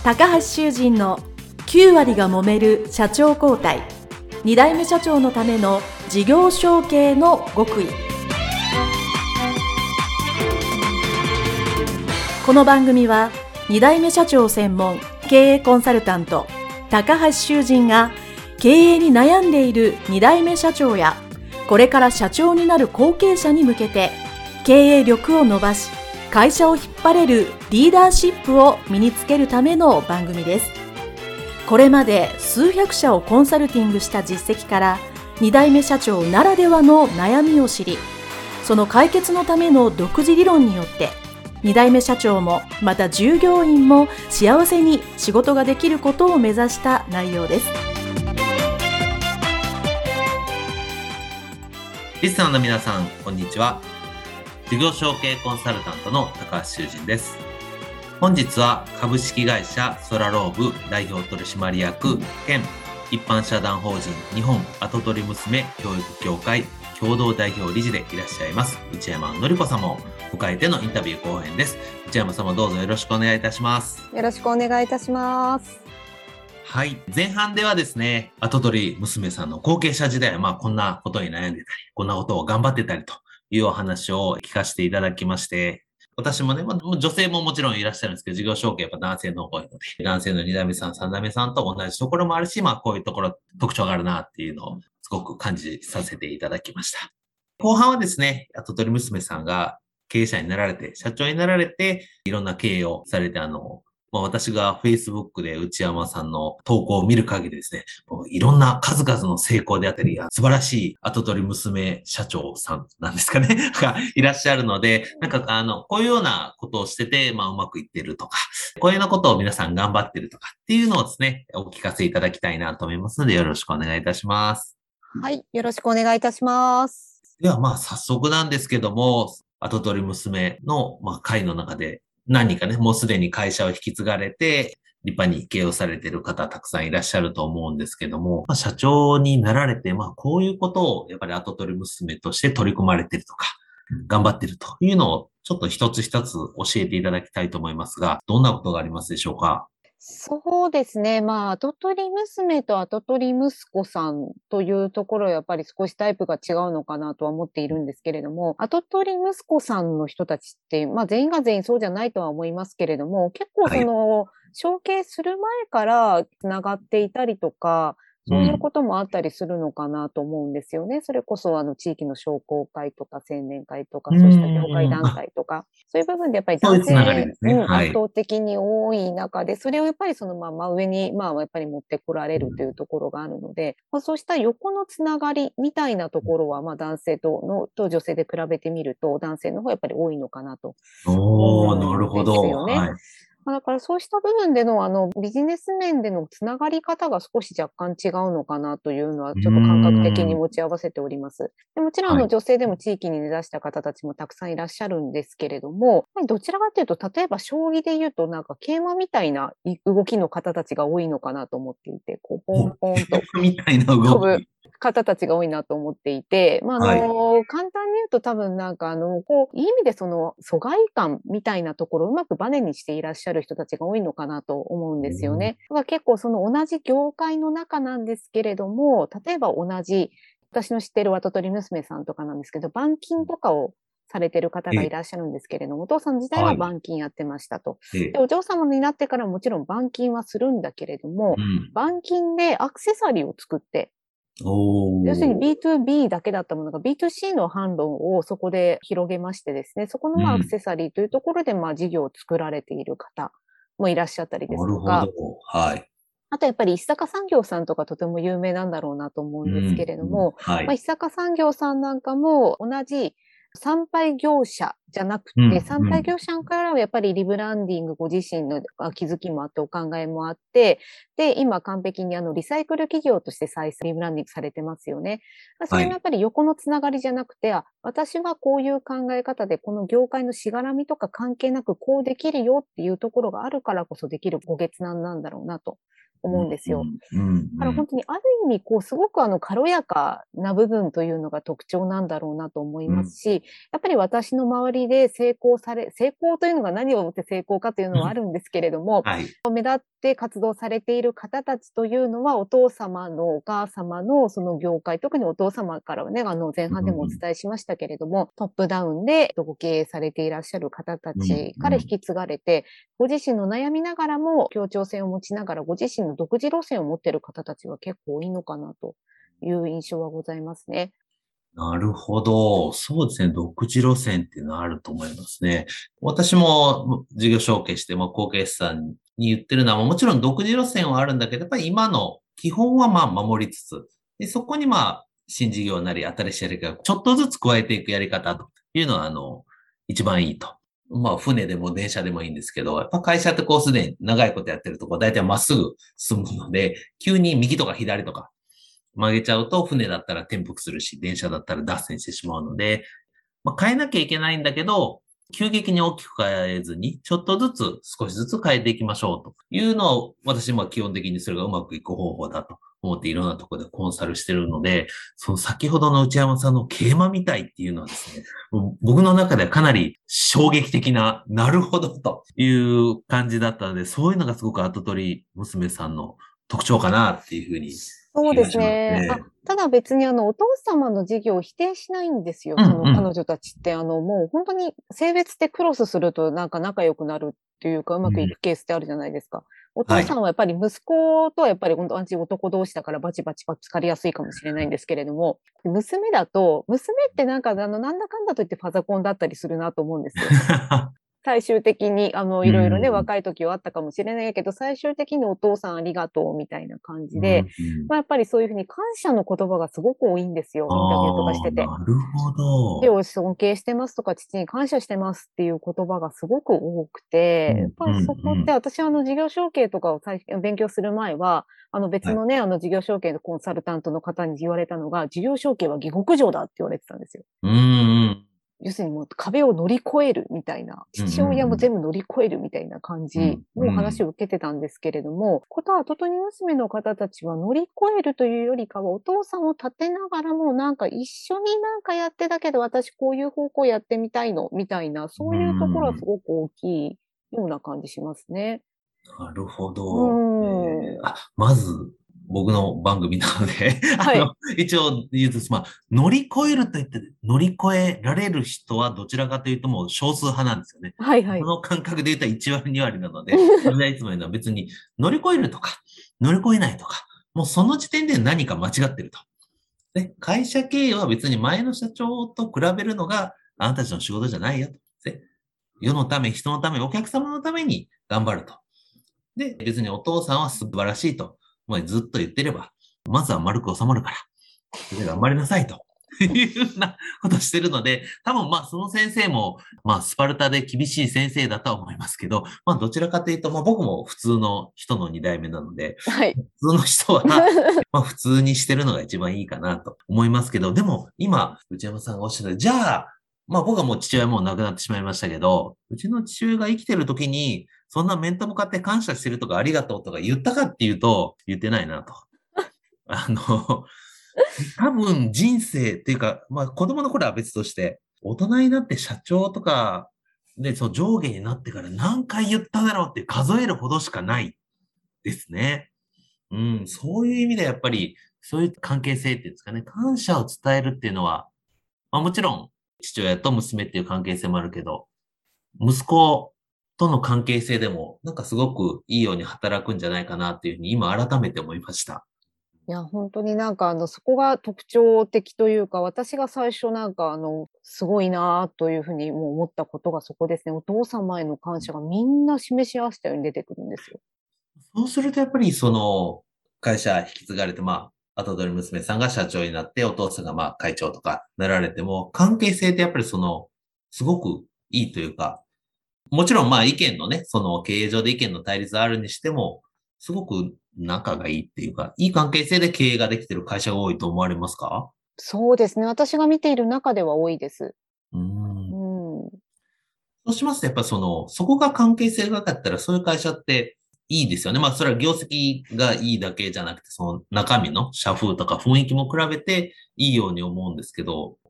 高橋修人の9割が揉める社長交代、2代目社長のための事業承継の極意。この番組は2代目社長専門経営コンサルタント高橋修人が経営に悩んでいる2代目社長やこれから社長になる後継者に向けて経営力を伸ばし会社を引っ張れるリーダーシップを身につけるための番組です。これまで数百社をコンサルティングした実績から2代目社長ならではの悩みを知り、その解決のための独自理論によって2代目社長もまた従業員も幸せに仕事ができることを目指した内容です。 リスナーの皆さん、こんにちは。事業承継コンサルタントの高橋修人です。本日は株式会社ソラローブ代表取締役兼一般社団法人日本跡取り娘教育協会共同代表理事でいらっしゃいます内山典子様を迎えてのインタビュー後編です。内山様、どうぞよろしくお願いいたします。 よろしくお願いいたします。 はい。前半ではですね、跡取り娘さんの後継者時代はこんなことに悩んでたり、こんなことを頑張ってたりというお話を聞かせていただきまして、私もね、女性ももちろんいらっしゃるんですけど、事業承継やっぱ男性の方が多いので、男性の2代目さん、3代目さんと同じところもあるし、こういうところ特徴があるなっていうのをすごく感じさせていただきました。後半はですね、跡取り娘さんが経営者になられて、社長になられて、いろんな経営をされて、私が Facebook で内山さんの投稿を見る限りですね、いろんな数々の成功であったり、素晴らしい跡取り娘社長さんなんですかね、がいらっしゃるので、こういうようなことをしてて、うまくいってるとか、こういうようなことを皆さん頑張ってるとかっていうのをですね、お聞かせいただきたいなと思いますので、よろしくお願いいたします。 はい、よろしくお願いいたします。 では早速なんですけども、跡取り娘の会の中で、何人かね、もうすでに会社を引き継がれて、立派に経営をされている方たくさんいらっしゃると思うんですけども、社長になられて、こういうことをやっぱり跡取り娘として取り組まれているとか、頑張っているというのをちょっと一つ一つ教えていただきたいと思いますが、どんなことがありますでしょうか？ そうですね。跡取り娘と跡取り息子さんというところはやっぱり少しタイプが違うのかなとは思っているんですけれども、跡取り息子さんの人たちって、全員が全員そうじゃないとは思いますけれども、結構はい。 承継する前から繋がっていたりとか、そういうこともあったりするのかなと思うんですよね。それこそ地域の商工会とか青年会とか、そうした業界団体とか、そういう部分でやっぱり男そういうつながり性、 ですね。はい。 圧倒的に多い中で、それをやっぱりそのまま上に、やっぱり持ってこられるというところがあるので、そうした横のつながりみたいなところは、男性と女性で比べてみると、男性の方がやっぱり多いのかなとおー、なる思うんでほど。 すよね。 はい。 だからそうした部分でのビジネス面でのつながり方が少し若干違うのかなというのは、 うちょっと感覚的ーん。 に持ち合わせております。でもちろんはい。 女性でも地域に根ざした方たちもたくさんいらっしゃるんですけれども、どちらかというと、例えば将棋で言うと桂馬みたいな動きの方たちが多いのかなと思っていて、ポンポンとみたいな動飛ぶき。 方たちが多いなと思っていて、 はい。 簡単に言うと多分いい意味でその疎外感みたいなところをうまくバネにしていらっしゃる人たちが多いのかなと思うんですよね。だから結構その同じ業界の中なんですけれども、例えば私の知ってる跡取り娘さんとかなんですけど、板金とかをされてる方がいえ、 らっしゃるんですけれども、お父さん自体ははい。 板金やってましたと。で、 え、 お嬢様になってからもちろん板金はするんだけれども、 うん。 板金でアクセサリーを作って、要するにおー。 B2B だけだったものが B2C の販路をそこで広げましてですね、そこのアクうん。 セサリーというところで事業を作られている方もいらっしゃったりでなるほど。 すとか、 はい。 あとやっぱり石坂産業さんとかとても有名なんだろうなと思ううん。 んですけれどうん。 も、 はい。 石坂産業さんなんかも同じ参拝業者じゃなくて、 うん。 参うん。 拝業者からはやっぱりリブランディングご自身の気づきもあってお考えもあって、で、今完璧にリサイクル企業として再リブランディングされてますよね。そはい。 れもやっぱり横のつながりじゃなくて、私はこういう考え方でこの業界のしがらみとか関係なくこうできるよっていうところがあるからこそできるご決断なんだろうなとうん。 思うんですよ。 うん。うん。 だから本当にある意味、すごく軽やかな部分というのが特徴なんだろうなと思いうん。 ますし、やっぱり私の周りで成功というのが何をもって成功かというのはあるんですけれども、 はい。 目立っって活動されている方たちというのは、お父様のお母様のその業界、特にお父様からはね、前半でもお伝えしましたけれども、トップダウンでご経営されていらっしゃる方たちから引き継がれて、ご自身の悩みながらも協調性を持ちながら、ご自身の独自路線を持っている方たちは結構多いのかなという印象はございますね。 なるほど。そうですね。独自路線っていうのはあると思いますね。私も事業承継して、後継者さんに言ってるのは、もちろん独自路線はあるんだけど、やっぱり今の基本は守りつつ、でそこに新事業なり新しいやり方をちょっとずつ加えていくやり方というのは、一番いいと。船でも電車でもいいんですけど、やっぱ会社ってすでに長いことやってると大体まっすぐ進むので、急に右とか左とか、曲げちゃうと船だったら転覆するし、電車だったら脱線してしまうので、変えなきゃいけないんだけど、急激に大きく変えずに、ちょっとずつ少しずつ変えていきましょうというのを、私も基本的にそれがうまくいく方法だと思っていろんなところでコンサルしてるので、その先ほどの内山さんの桂馬みたいっていうのはですね、僕の中ではかなり衝撃的な、なるほどという感じだったので、そういうのがすごく後取り娘さんの特徴かなっていうふうに。 そうですね。ただ別にお父様の事業を否定しないんですよ。その彼女たちって、もう本当に性別ってクロスするとなんか仲良くなるっていうかうまくいくケースってあるじゃないですか。お父さんはやっぱり息子とはやっぱり本当男同士だからバチバチぶつかりやすいかもしれないんですけれども、娘だと、娘ってなんだかんだと言ってパソコンだったりするなと思うんですよ。最終的に、いろいろね、若い時はあったかもしれないけど、最終的にお父さんありがとうみたいな感じで、やっぱりそういうふうに感謝の言葉がすごく多いんですよ、インタビューとかしてて。 なるほど。 父を尊敬してますとか、父に感謝してますっていう言葉がすごく多くて、やっぱりそこって、私は事業承継とかを勉強する前は、別のね、事業承継のコンサルタントの方に言われたのが、事業承継は下克上だって言われてたんですよ。要するにもう壁を乗り越えるみたいな、父親も全部乗り越えるみたいな感じの話を受けてたんですけれども、後取り娘の方たちは乗り越えるというよりかは、お父さんを立てながらも一緒にやってたけど、私こういう方向やってみたいの、みたいな、そういうところはすごく大きいような感じしますね。 なるほど。まず、僕の番組なので、一応言うと、乗り越えると言って、乗り越えられる人はどちらかというともう少数派なんですよね。この感覚で言ったら1割2割なので、それはいつも言うのは別に乗り越えるとか、乗り越えないとか、もうその時点で何か間違ってると。で、会社経営は別に前の社長と比べるのがあなたたちの仕事じゃないよと。で、世のため、人のため、お客様のために頑張ると。で、別にお父さんは素晴らしいと。ずっと言ってれば、まずは丸く収まるから、頑張りなさいというふうなことをしてるので、多分その先生も、スパルタで厳しい先生だとは思いますけど、どちらかというと、僕も普通の人の2代目なので、普通の人は、普通にしてるのが一番いいかなと思いますけど、でも今、内山さんがおっしゃった、じゃあ、僕はもう父親もう亡くなってしまいましたけど、うちの父親が生きてる時に、そんな面と向かって感謝してるとかありがとうとか言ったかっていうと、言ってないなと。多分人生っていうか、子供の頃は別として、大人になって社長とか、で、その上下になってから何回言っただろうって数えるほどしかないですね。そういう意味でやっぱり、そういう関係性っていうんですかね、感謝を伝えるっていうのは、もちろん父親と娘っていう関係性もあるけど、息子との関係性でも、すごくいいように働くんじゃないかなっていうふうに今改めて思いました。 いや、本当にそこが特徴的というか、私が最初すごいなというふうにもう思ったことがそこですね。お父様への感謝がみんな示し合わせたように出てくるんですよ。 そうするとやっぱり会社引き継がれて、後取り娘さんが社長になって、お父さんが会長とかなられても、関係性ってやっぱりすごくいいというか、もちろん意見のね、経営上で意見の対立あるにしても、すごく仲がいいっていうか、いい関係性で経営ができている会社が多いと思われますか？ そうですね。私が見ている中では多いです。 そうしますと、やっぱそこが関係性がなかったら、そういう会社っていいですよね。それは業績がいいだけじゃなくて、その中身の社風とか雰囲気も比べていいように思うんですけど、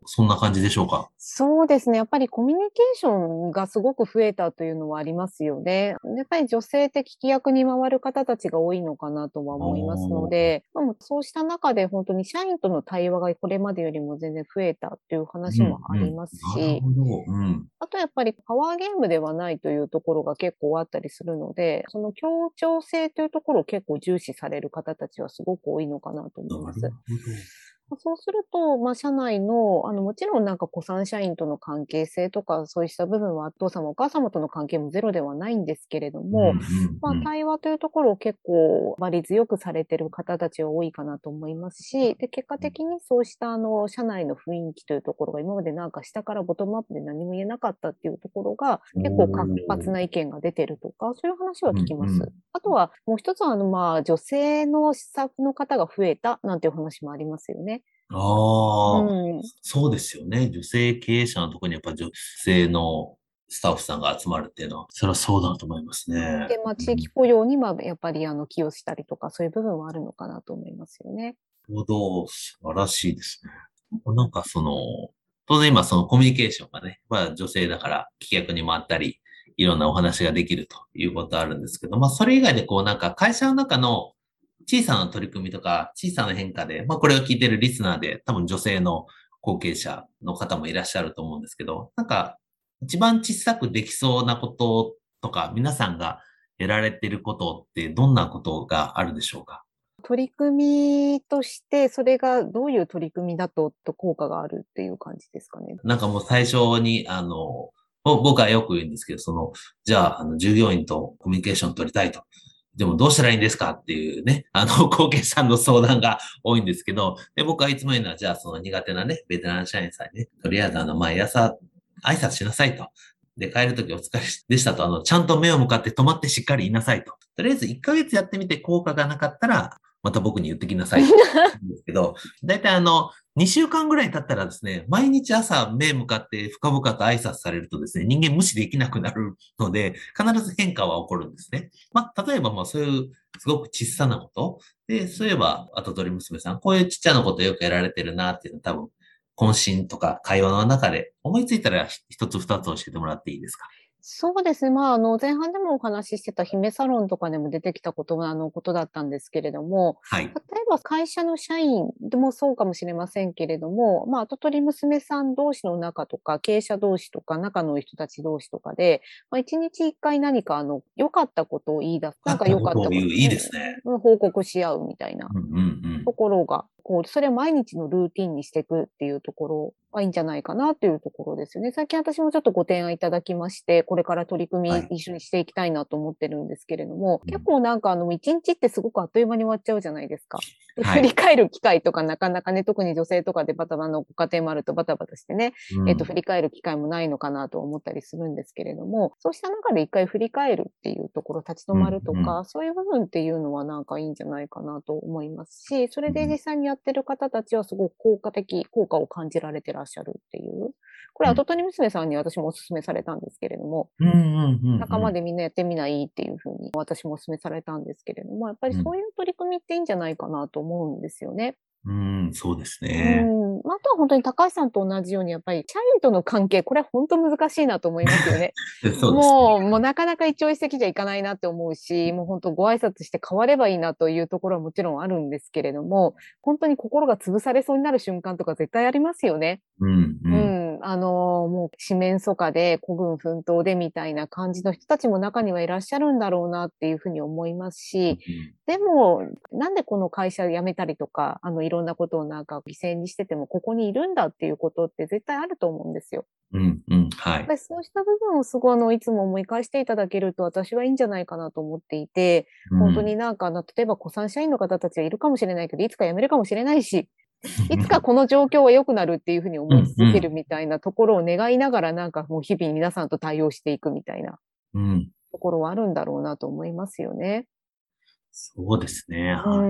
そんな感じでしょうか？ そうですね。やっぱりコミュニケーションがすごく増えたというのはありますよね。やっぱり女性って聞き役に回る方たちが多いのかなとは思いますので、もうそうした中で本当に社員との対話がこれまでよりも全然増えたっていう話もありますなるし、 ほど。 あとやっぱりパワーゲームではないというところが結構あったりするので、その協調性というところを結構重視される方たちはすごく多いのかなと思います。 なるほど。 そうすると、社内の、もちろんなんか古参社員との関係性とか、そうした部分はお父様お母様との関係もゼロではないんですけれども、対話というところを結構バリ強くされてる方たちは多いかなと思いますし、で、結果的にそうした社内の雰囲気というところが今までなんか下からボトムアップで何も言えなかったっていうところが結構活発な意見が出てるとか、そういう話は聞きます。あとはもう一つは女性のスタッフの方が増えたなんていう話もありますよね。 ああ、 うん。 そうですよね。女性経営者のところにやっぱ女性のスタッフさんが集まるっていうのは、それはそうだと思いますね。 で、地域雇用にやっぱり寄与したりとか、そういう部分はあるのかなと思いますよね。 なるほど、素晴らしいですね。なんか当然今そのコミュニケーションがね、女性だから聞き役に回ったり、いろんなお話ができるということあるんですけど、それ以外でなんか会社の中の小さな取り組みとか小さな変化で、これを聞いてるリスナーで多分女性の後継者の方もいらっしゃると思うんですけど、なんか一番小さくできそうなこととか、皆さんがやられていることってどんなことがあるでしょうか？ 取り組みとして、それがどういう取り組みだと効果があるっていう感じですかね。 なんかもう最初に、僕はよく言うんですけど、じゃあ、従業員とコミュニケーション取りたいと。でもどうしたらいいんですかっていうね、後継さんの相談が多いんですけど、で、僕はいつも言うのは、じゃあその苦手なね、ベテラン社員さんにね、とりあえず毎朝挨拶しなさいと。で、帰るときお疲れでしたと、ちゃんと目を向かって止まってしっかり言いなさいと。とりあえず1ヶ月やってみて効果がなかったら、また僕に言ってきなさいって言うんですけど、だいたい2週間ぐらい経ったらですね、毎日朝目向かって深々と挨拶されるとですね、人間無視できなくなるので、必ず変化は起こるんですね。例えばそういうすごく小さなこと。で、そういえば、後取り娘さん、こういうちっちゃなことよくやられてるなっていうの多分、懇親とか会話の中で思いついたら一つ二つ教えてもらっていいですか？ そうですね。前半でもお話ししてた姫サロンとかでも出てきたことだったんですけれども、 はい。 例えば会社の社員でもそうかもしれませんけれども、後取り娘さん同士の仲とか、経営者同士とか、仲のいい人たち同士とかで、一日一回何か良かったことを言い出す。なんかあった良かったこと、 ことを言う、いいですね。 報告し合うみたいなうんうんところが、それを毎日のルーティンにしていくっていうところはいいんじゃないかなっていうところですよね。最近私もちょっとご提案いただきまして、これから取り組はい。 み一緒にしていきたいなと思ってるんですけれども、 うん結構なんか一日ってすごくあっという間に終わっちゃうじゃないですか。ではい振り返る機会とかなかなかね、特に女性とかでバタバタのご家庭もあるとバタバタしてね、振り返る機会もないのかなと思ったりするんですけれども、そうした中で一回振り返るっていうところ、立ち止まるとか、そういう部分っていうのはなんかいいんじゃないかなと思いますし、それで実際にやってる方たちはすごく効果を感じられてらっしゃるっていう。これ、後取り娘さんに私もお勧めされたんですけれども、仲間でみんなやってみないっていうふうに私もお勧めされたんですけれども、やっぱりそういう取り組みっていいんじゃないかなと思うんですよね。 そうですね。 あとは本当に高橋さんと同じように、やっぱり社員との関係、これは本当難しいなと思いますよね。 そうですね。 もうなかなか一朝一夕じゃいかないなって思うし、もう本当ご挨拶して変わればいいなというところはもちろんあるんですけれども、本当に心が潰されそうになる瞬間とか絶対ありますよね。もう四面楚歌で孤軍奮闘でみたいな感じの人たちも中にはいらっしゃるんだろうなっていうふうに思いますし、でも、なんでこの会社辞めたりとか、いろんなことをなんか犠牲にしてても、ここにいるんだっていうことって絶対あると思うんですよ。 はい。 やっぱりそうした部分をすごいいつも思い返していただけると私はいいんじゃないかなと思っていて、本当になんか例えば古参社員の方たちはいるかもしれないけど、いつか辞めるかもしれないし、いつかこの状況は良くなるっていうふうに思い続けるみたいなところを願いながらなんかもう日々皆さんと対応していくみたいなところはあるんだろうなと思いますよね。 そうですね。はい。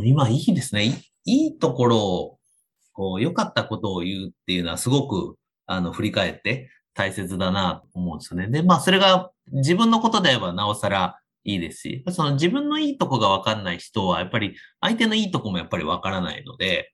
今いいですね。いいところを、良かったことを言うっていうのはすごく、振り返って大切だなと思うんですよね。で、それが自分のことであればなおさらいいですし、自分のいいとこがわかんない人は、やっぱり相手のいいとこもやっぱりわからないので、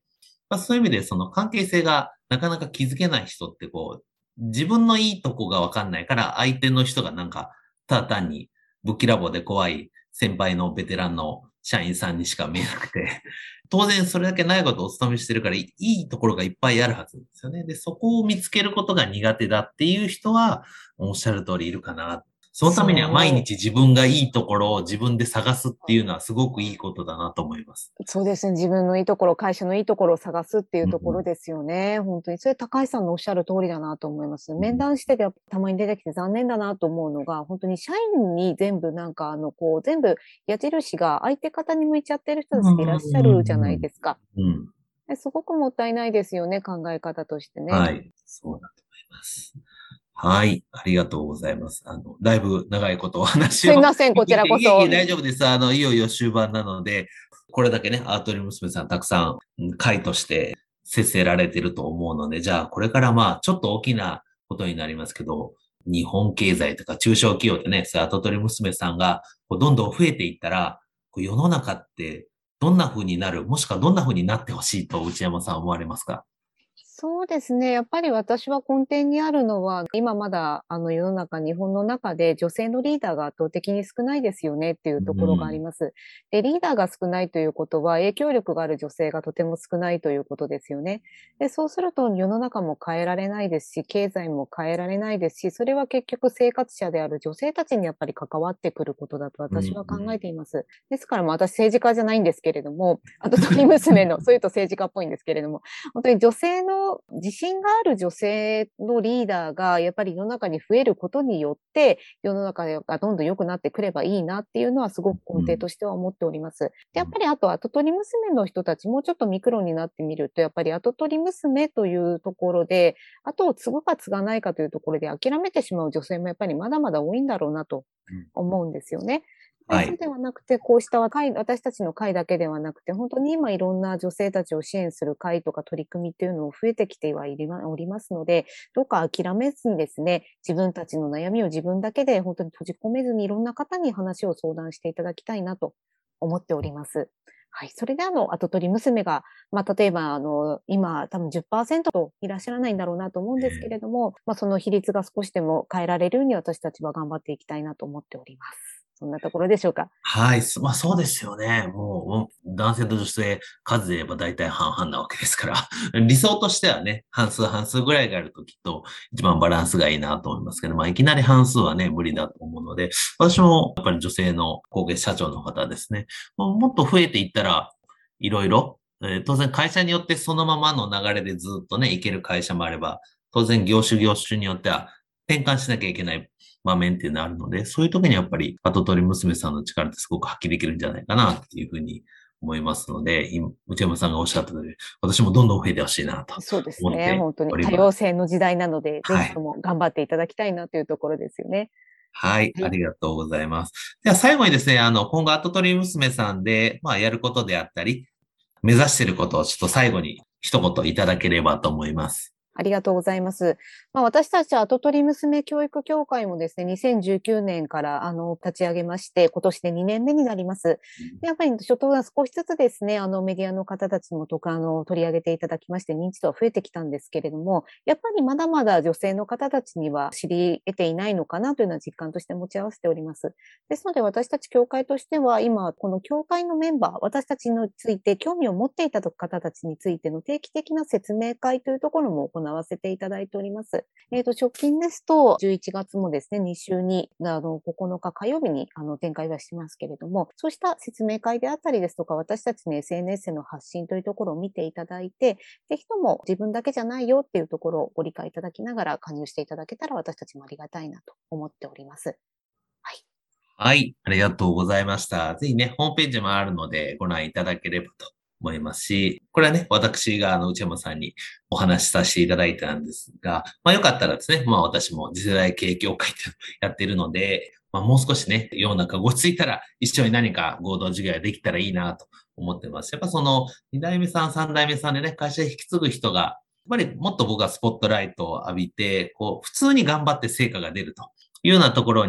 そういう意味でその関係性がなかなか築けない人って自分のいいとこがわかんないから相手の人がなんかただ単にぶっきらぼうで怖い先輩のベテランの社員さんにしか見えなくて、当然それだけ長いことお勤めしてるからいいところがいっぱいあるはずですよね。で、そこを見つけることが苦手だっていう人はおっしゃる通りいるかな。そのためには毎日自分がいいところを自分で探すっていうのはすごくいいことだなと思います。 そうですね。自分のいいところ、会社のいいところを探すっていううんところですよね。本当に。それ高橋さんのおっしゃる通りだなと思います。 うん面談しててたまに出てきて残念だなと思うのが、本当に社員に全部なんか全部矢印が相手方に向いちゃってる人たちっていらっしゃるじゃないですか。 うん。 すごくもったいないですよね、考え方としてね。 はい。そうだと思います。はい。ありがとうございます。だいぶ長いことお話を。 すいません、こちらこそ。 いえいえ、大丈夫です。いよいよ終盤なので、これだけね、アートリ娘さんたくさん回として接せられてると思うので、じゃあこれからちょっと大きなことになりますけど、日本経済とか中小企業ってね、そういうアートリ娘さんがどんどん増えていったら、世の中ってどんな風になる、もしくはどんな風になってほしいと内山さん思われますか？ そうですね。やっぱり私は根底にあるのは、今まだ世の中、日本の中で女性のリーダーが圧倒的に少ないですよねっていうところがあります。で、リーダーが少ないということは、影響力がある女性がとても少ないということですよね。で、そうすると世の中も変えられないですし、経済も変えられないですし、それは結局生活者である女性たちにやっぱり関わってくることだと私は考えています。ですから私政治家じゃないんですけれども、あと鳥娘の、そういうと政治家っぽいんですけれども、本当に女性の自信がある女性のリーダーがやっぱり世の中に増えることによって、世の中がどんどん良くなってくればいいなっていうのはすごく根底としては思っております。で、やっぱりあと跡取り娘の人たちもちょっとミクロになってみると、やっぱり跡取り娘というところで、後を継ぐか継がないかというところで諦めてしまう女性もやっぱりまだまだ多いんだろうなと思うんですよね。そうではなくて、こうした会、私たちの会だけではなくて、本当に今いろんな女性たちを支援する会とか取り組みっていうのを増えてきておりますので、どうか諦めずにですね、自分たちの悩みを自分だけで本当に閉じ込めずにいろんな方に話を相談していただきたいなと思っております。はい。それで跡取り娘が、例えば今多分10%といらっしゃらないんだろうなと思うんですけれども、その比率が少しでも変えられるように私たちは頑張っていきたいなと思っております。そんなところでしょうか。 はい。そうですよね。もう、男性と女性、数で言えば大体半々なわけですから。理想としてはね、半数半数ぐらいがあるときっと一番バランスがいいなと思いますけど、いきなり半数はね、無理だと思うので、私もやっぱり女性の後継社長の方ですね、もっと増えていったら、いろいろ、当然会社によってそのままの流れでずっとね、いける会社もあれば、当然業種によっては転換しなきゃいけない場面っていうのがあるので、そういう時にやっぱり跡取り娘さんの力ってすごく発揮できるんじゃないかなっていうふうに思いますので、今、内山さんがおっしゃった通り、私もどんどん増えてほしいなとそうですね。 思って本当におります。 多様性の時代なので、 はいぜひとも頑張っていただきたいなというところですよね。 はい、 はい。 ありがとうございます。では最後にですね、今後跡取り娘さんで、やることであったり、目指していることをちょっと最後に一言いただければと思います。 ありがとうございます。私たち跡取り娘教育協会もですね、2019年から立ち上げまして、今年で2年目になります。でやっぱり初頭は少しずつですね、メディアの方たちも取り上げていただきまして、認知度は増えてきたんですけれども、やっぱりまだまだ女性の方たちには知り得ていないのかなというのは実感として持ち合わせております。ですので私たち協会としては、今、この協会のメンバー、私たちについて興味を持っていた方たちについての定期的な説明会というところも行わせていただいております。直近ですと、11月もですね、2週に、9日火曜日に、展開はしますけれども、そうした説明会であったりですとか、私たちの SNS での発信というところを見ていただいて、ぜひとも自分だけじゃないよっていうところをご理解いただきながら加入していただけたら私たちもありがたいなと思っております。はい。 はい、ありがとうございました。ぜひね、ホームページもあるのでご覧いただければと思いますし、これはね、私が内山さんにお話しさせていただいたんですが、よかったらですね、私も次世代経営協会ってやってるので、もう少しね、世の中が落ち着いたら一緒に何か合同事業ができたらいいなと思ってます。やっぱその2代目さん、3代目さんでね、会社引き継ぐ人が、やっぱりもっと僕はスポットライトを浴びて、普通に頑張って成果が出るというようなところに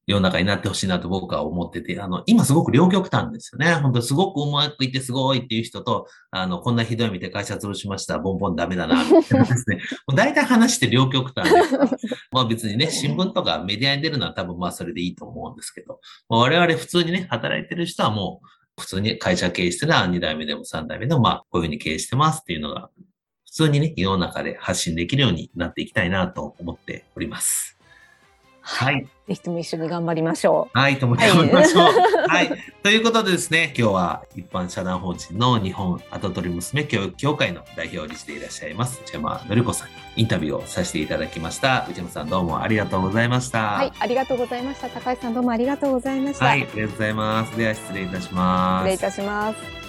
世の中になってほしいなと僕は思ってて、今すごく両極端ですよね。本当すごくうまくいってすごいっていう人と、こんなひどい目で会社潰しました、ボンボンダメだな、ってですね。もう大体話して両極端ですから。まあ別にね、新聞とかメディアに出るのは多分まあそれでいいと思うんですけど、我々普通にね、働いてる人はもう、普通に会社経営してるのは2代目でも3代目でもまあこういうふうに経営してますっていうのが、普通にね、世の中で発信できるようになっていきたいなと思っております。はい。 ぜひとも一緒に頑張りましょはい、と思って頑張りましょう。はい。ということでですね、今日は一般社団法人の日本跡取り娘教育協会の代表理事でいらっしゃいます、内山典子さんにインタビューをさせていただきました。内山さんどうもありがとうございました。 はい、ありがとうございました。高橋さんどうもありがとうございました。 はい、ありがとうございます。では失礼いたします。 失礼いたします。